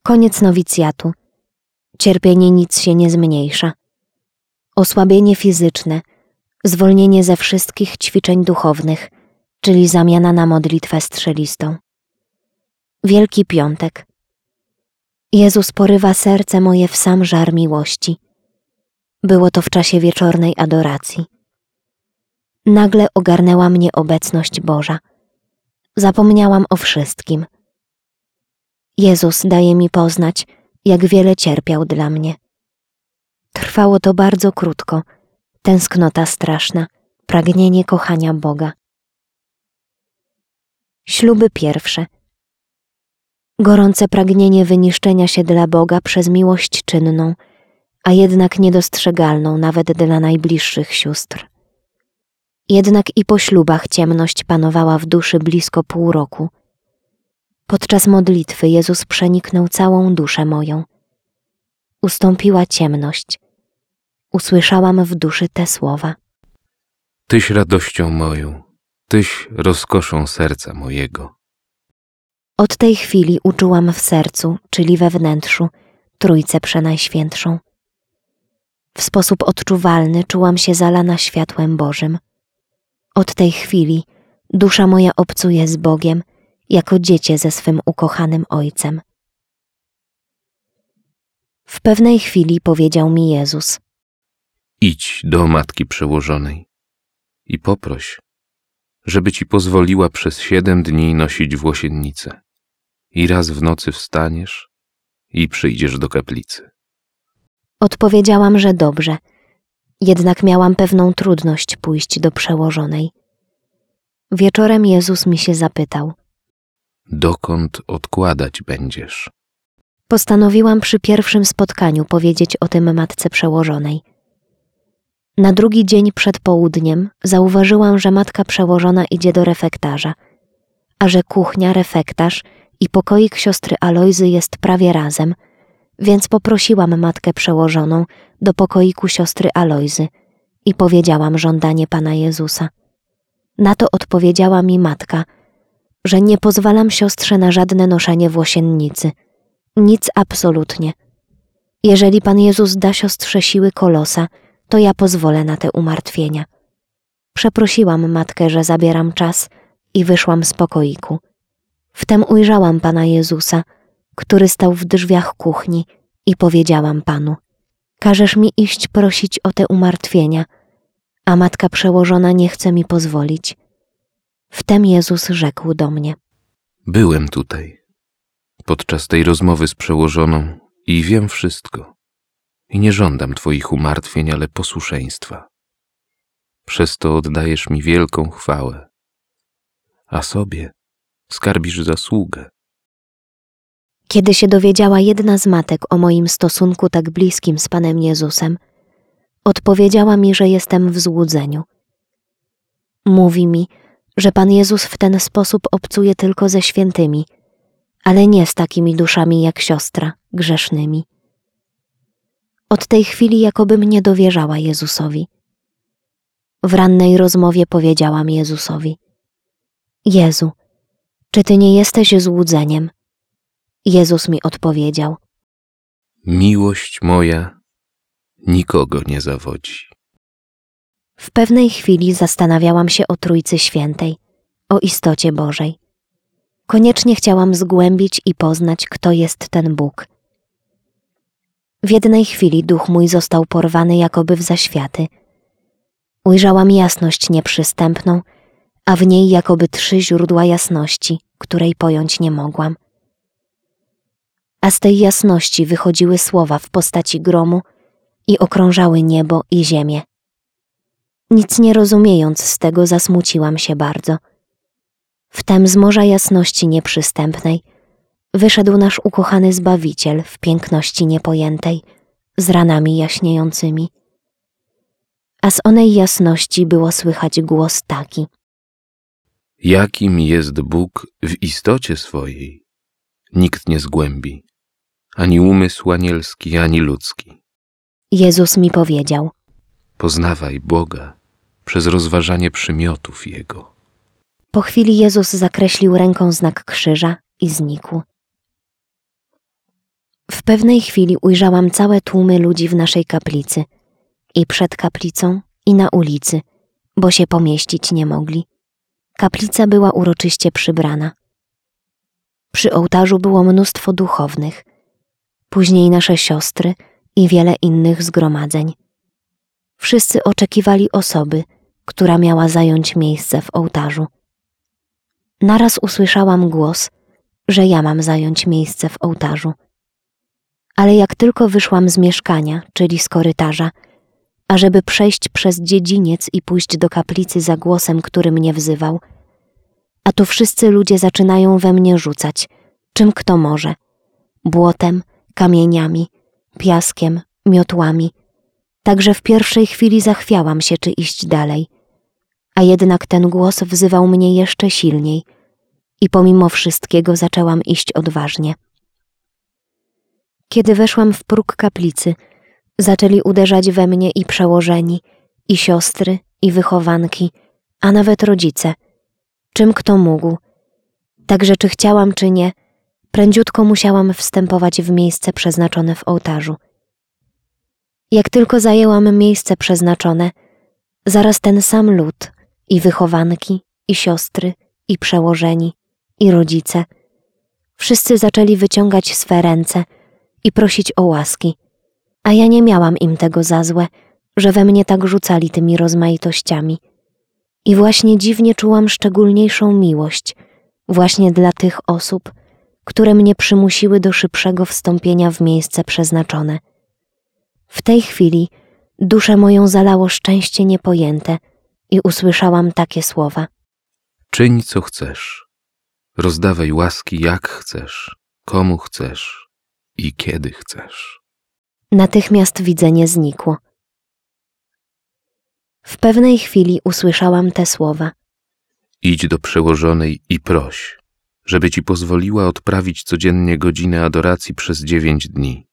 Koniec nowicjatu. Cierpienie nic się nie zmniejsza. Osłabienie fizyczne, zwolnienie ze wszystkich ćwiczeń duchownych, czyli zamiana na modlitwę strzelistą. Wielki Piątek. Jezus porywa serce moje w sam żar miłości. Było to w czasie wieczornej adoracji. Nagle ogarnęła mnie obecność Boża. Zapomniałam o wszystkim. Jezus daje mi poznać, jak wiele cierpiał dla mnie. Trwało to bardzo krótko, tęsknota straszna, pragnienie kochania Boga. Śluby pierwsze. Gorące pragnienie wyniszczenia się dla Boga przez miłość czynną, a jednak niedostrzegalną nawet dla najbliższych sióstr. Jednak i po ślubach ciemność panowała w duszy blisko pół roku. Podczas modlitwy Jezus przeniknął całą duszę moją. Ustąpiła ciemność. Usłyszałam w duszy te słowa. Tyś radością moją, Tyś rozkoszą serca mojego. Od tej chwili uczułam w sercu, czyli we wnętrzu, Trójcę Przenajświętszą. W sposób odczuwalny czułam się zalana światłem Bożym. Od tej chwili dusza moja obcuje z Bogiem, jako dziecię ze swym ukochanym Ojcem. W pewnej chwili powiedział mi Jezus: Idź do Matki Przełożonej i poproś, żeby Ci pozwoliła przez 7 dni nosić włosiennicę i raz w nocy wstaniesz i przyjdziesz do kaplicy. Odpowiedziałam, że dobrze, jednak miałam pewną trudność pójść do Przełożonej. Wieczorem Jezus mi się zapytał: Dokąd odkładać będziesz? Postanowiłam przy pierwszym spotkaniu powiedzieć o tym Matce Przełożonej. Na drugi dzień przed południem zauważyłam, że Matka Przełożona idzie do refektarza, a że kuchnia, refektarz i pokoik siostry Alojzy jest prawie razem, więc poprosiłam Matkę Przełożoną do pokoiku siostry Alojzy i powiedziałam żądanie Pana Jezusa. Na to odpowiedziała mi matka, że nie pozwalam siostrze na żadne noszenie włosiennicy. Nic absolutnie. Jeżeli Pan Jezus da siostrze siły kolosa, to ja pozwolę na te umartwienia. Przeprosiłam matkę, że zabieram czas i wyszłam z pokoiku. Wtem ujrzałam Pana Jezusa, który stał w drzwiach kuchni i powiedziałam Panu: każesz mi iść prosić o te umartwienia, a Matka Przełożona nie chce mi pozwolić. Wtem Jezus rzekł do mnie: Byłem tutaj, podczas tej rozmowy z Przełożoną i wiem wszystko. I nie żądam Twoich umartwień, ale posłuszeństwa. Przez to oddajesz mi wielką chwałę, a sobie skarbisz zasługę. Kiedy się dowiedziała jedna z matek o moim stosunku tak bliskim z Panem Jezusem, odpowiedziała mi, że jestem w złudzeniu. Mówi mi, że Pan Jezus w ten sposób obcuje tylko ze świętymi, ale nie z takimi duszami jak siostra, grzesznymi. Od tej chwili jakobym nie dowierzała Jezusowi. W rannej rozmowie powiedziałam Jezusowi: Jezu, czy Ty nie jesteś złudzeniem? Jezus mi odpowiedział: Miłość moja nikogo nie zawodzi. W pewnej chwili zastanawiałam się o Trójcy Świętej, o istocie Bożej. Koniecznie chciałam zgłębić i poznać, kto jest ten Bóg. W jednej chwili duch mój został porwany jakoby w zaświaty. Ujrzałam jasność nieprzystępną, a w niej jakoby 3 źródła jasności, której pojąć nie mogłam. A z tej jasności wychodziły słowa w postaci gromu i okrążały niebo i ziemię. Nic nie rozumiejąc z tego, zasmuciłam się bardzo. Wtem z morza jasności nieprzystępnej wyszedł nasz ukochany Zbawiciel w piękności niepojętej, z ranami jaśniejącymi. A z onej jasności było słychać głos taki: Jakim jest Bóg w istocie swojej, nikt nie zgłębi, ani umysł anielski, ani ludzki. Jezus mi powiedział: Poznawaj Boga przez rozważanie przymiotów Jego. Po chwili Jezus zakreślił ręką znak krzyża i znikł. pewnej chwili ujrzałam całe tłumy ludzi w naszej kaplicy, i przed kaplicą, i na ulicy, bo się pomieścić nie mogli. Kaplica była uroczyście przybrana. Przy ołtarzu było mnóstwo duchownych, później nasze siostry i wiele innych zgromadzeń. Wszyscy oczekiwali osoby, która miała zająć miejsce w ołtarzu. Naraz usłyszałam głos, że ja mam zająć miejsce w ołtarzu. Ale jak tylko wyszłam z mieszkania, czyli z korytarza, ażeby przejść przez dziedziniec i pójść do kaplicy za głosem, który mnie wzywał, a tu wszyscy ludzie zaczynają we mnie rzucać, czym kto może, błotem, kamieniami, piaskiem, miotłami, tak że w pierwszej chwili zachwiałam się, czy iść dalej, a jednak ten głos wzywał mnie jeszcze silniej i pomimo wszystkiego zaczęłam iść odważnie. Kiedy weszłam w próg kaplicy, zaczęli uderzać we mnie i przełożeni, i siostry, i wychowanki, a nawet rodzice, czym kto mógł. Także czy chciałam, czy nie, prędziutko musiałam wstępować w miejsce przeznaczone w ołtarzu. Jak tylko zajęłam miejsce przeznaczone, zaraz ten sam lud, i wychowanki, i siostry, i przełożeni, i rodzice, wszyscy zaczęli wyciągać swe ręce i prosić o łaski, a ja nie miałam im tego za złe, że we mnie tak rzucali tymi rozmaitościami. I właśnie dziwnie czułam szczególniejszą miłość właśnie dla tych osób, które mnie przymusiły do szybszego wstąpienia w miejsce przeznaczone. W tej chwili duszę moją zalało szczęście niepojęte i usłyszałam takie słowa. Czyń co chcesz, rozdawaj łaski jak chcesz, komu chcesz i kiedy chcesz. Natychmiast widzenie znikło. W pewnej chwili usłyszałam te słowa. Idź do przełożonej i proś, żeby ci pozwoliła odprawić codziennie godzinę adoracji przez 9 dni.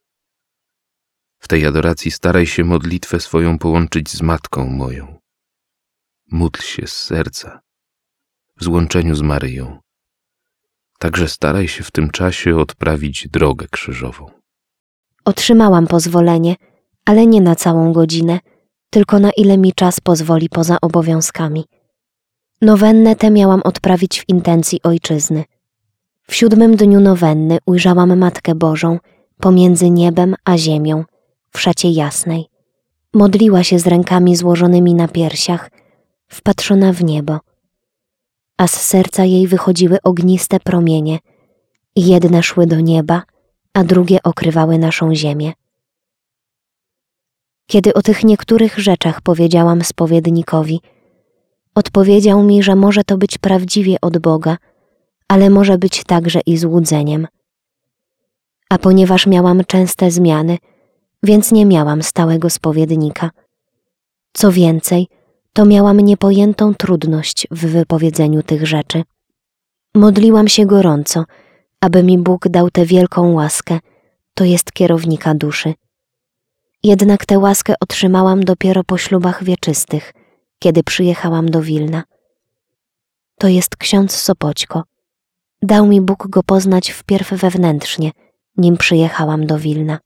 W tej adoracji staraj się modlitwę swoją połączyć z Matką moją. Módl się z serca, w złączeniu z Maryją. Także staraj się w tym czasie odprawić drogę krzyżową. Otrzymałam pozwolenie, ale nie na całą godzinę, tylko na ile mi czas pozwoli poza obowiązkami. Nowennę tę miałam odprawić w intencji Ojczyzny. W 7. dniu nowenny ujrzałam Matkę Bożą pomiędzy niebem a ziemią, w szacie jasnej. Modliła się z rękami złożonymi na piersiach, wpatrzona w niebo, a z serca jej wychodziły ogniste promienie i jedne szły do nieba, a drugie okrywały naszą ziemię. Kiedy o tych niektórych rzeczach powiedziałam spowiednikowi, odpowiedział mi, że może to być prawdziwie od Boga, ale może być także i złudzeniem. A ponieważ miałam częste zmiany, więc nie miałam stałego spowiednika. Co więcej, to miałam niepojętą trudność w wypowiedzeniu tych rzeczy. Modliłam się gorąco, aby mi Bóg dał tę wielką łaskę, to jest kierownika duszy. Jednak tę łaskę otrzymałam dopiero po ślubach wieczystych, kiedy przyjechałam do Wilna. To jest ksiądz Sopoćko. Dał mi Bóg go poznać wpierw wewnętrznie, nim przyjechałam do Wilna.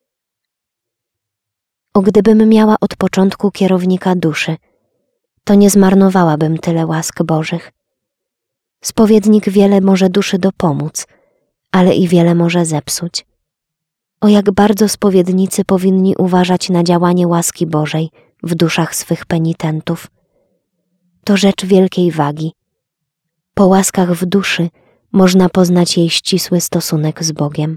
O gdybym miała od początku kierownika duszy, to nie zmarnowałabym tyle łask Bożych. Spowiednik wiele może duszy dopomóc, ale i wiele może zepsuć. O jak bardzo spowiednicy powinni uważać na działanie łaski Bożej w duszach swych penitentów. To rzecz wielkiej wagi. Po łaskach w duszy można poznać jej ścisły stosunek z Bogiem.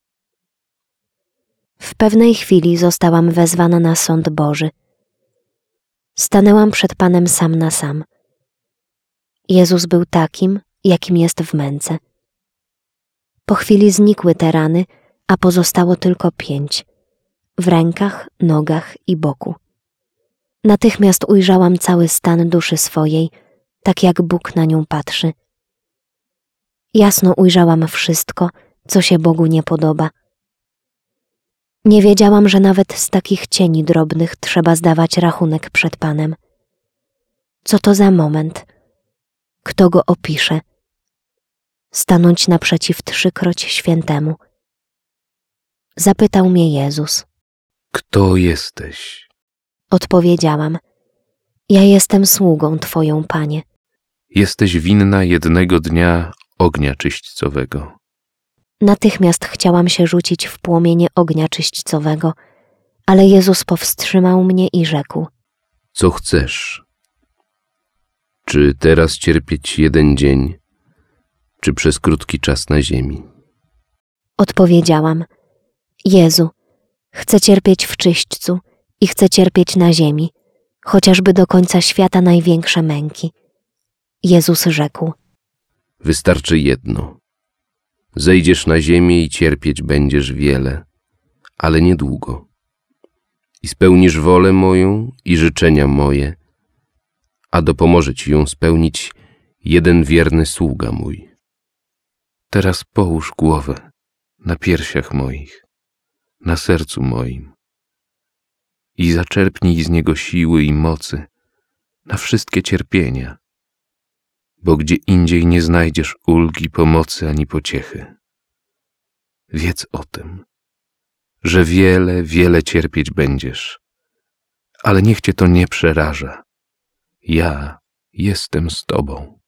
W pewnej chwili zostałam wezwana na sąd Boży. Stanęłam przed Panem sam na sam. Jezus był takim, jakim jest w męce. Po chwili znikły te rany, a pozostało tylko 5. W rękach, nogach i boku. Natychmiast ujrzałam cały stan duszy swojej, tak jak Bóg na nią patrzy. Jasno ujrzałam wszystko, co się Bogu nie podoba. Nie wiedziałam, że nawet z takich cieni drobnych trzeba zdawać rachunek przed Panem. Co to za moment? Kto go opisze? Stanąć naprzeciw 3-kroć świętemu. Zapytał mnie Jezus. Kto jesteś? Odpowiedziałam. Ja jestem sługą Twoją, Panie. Jesteś winna jednego dnia ognia czyśćcowego. Natychmiast chciałam się rzucić w płomienie ognia czyśćcowego, ale Jezus powstrzymał mnie i rzekł. Co chcesz? Czy teraz cierpieć jeden dzień, czy przez krótki czas na ziemi? Odpowiedziałam. Jezu, chcę cierpieć w czyśćcu i chcę cierpieć na ziemi, chociażby do końca świata największe męki. Jezus rzekł. Wystarczy jedno. Zejdziesz na ziemię i cierpieć będziesz wiele, ale niedługo. I spełnisz wolę moją i życzenia moje, a dopomoże ci ją spełnić jeden wierny sługa mój. Teraz połóż głowę na piersiach moich, na sercu moim i zaczerpnij z niego siły i mocy na wszystkie cierpienia, bo gdzie indziej nie znajdziesz ulgi, pomocy ani pociechy. Wiedz o tym, że wiele, wiele cierpieć będziesz, ale niech cię to nie przeraża. Ja jestem z tobą.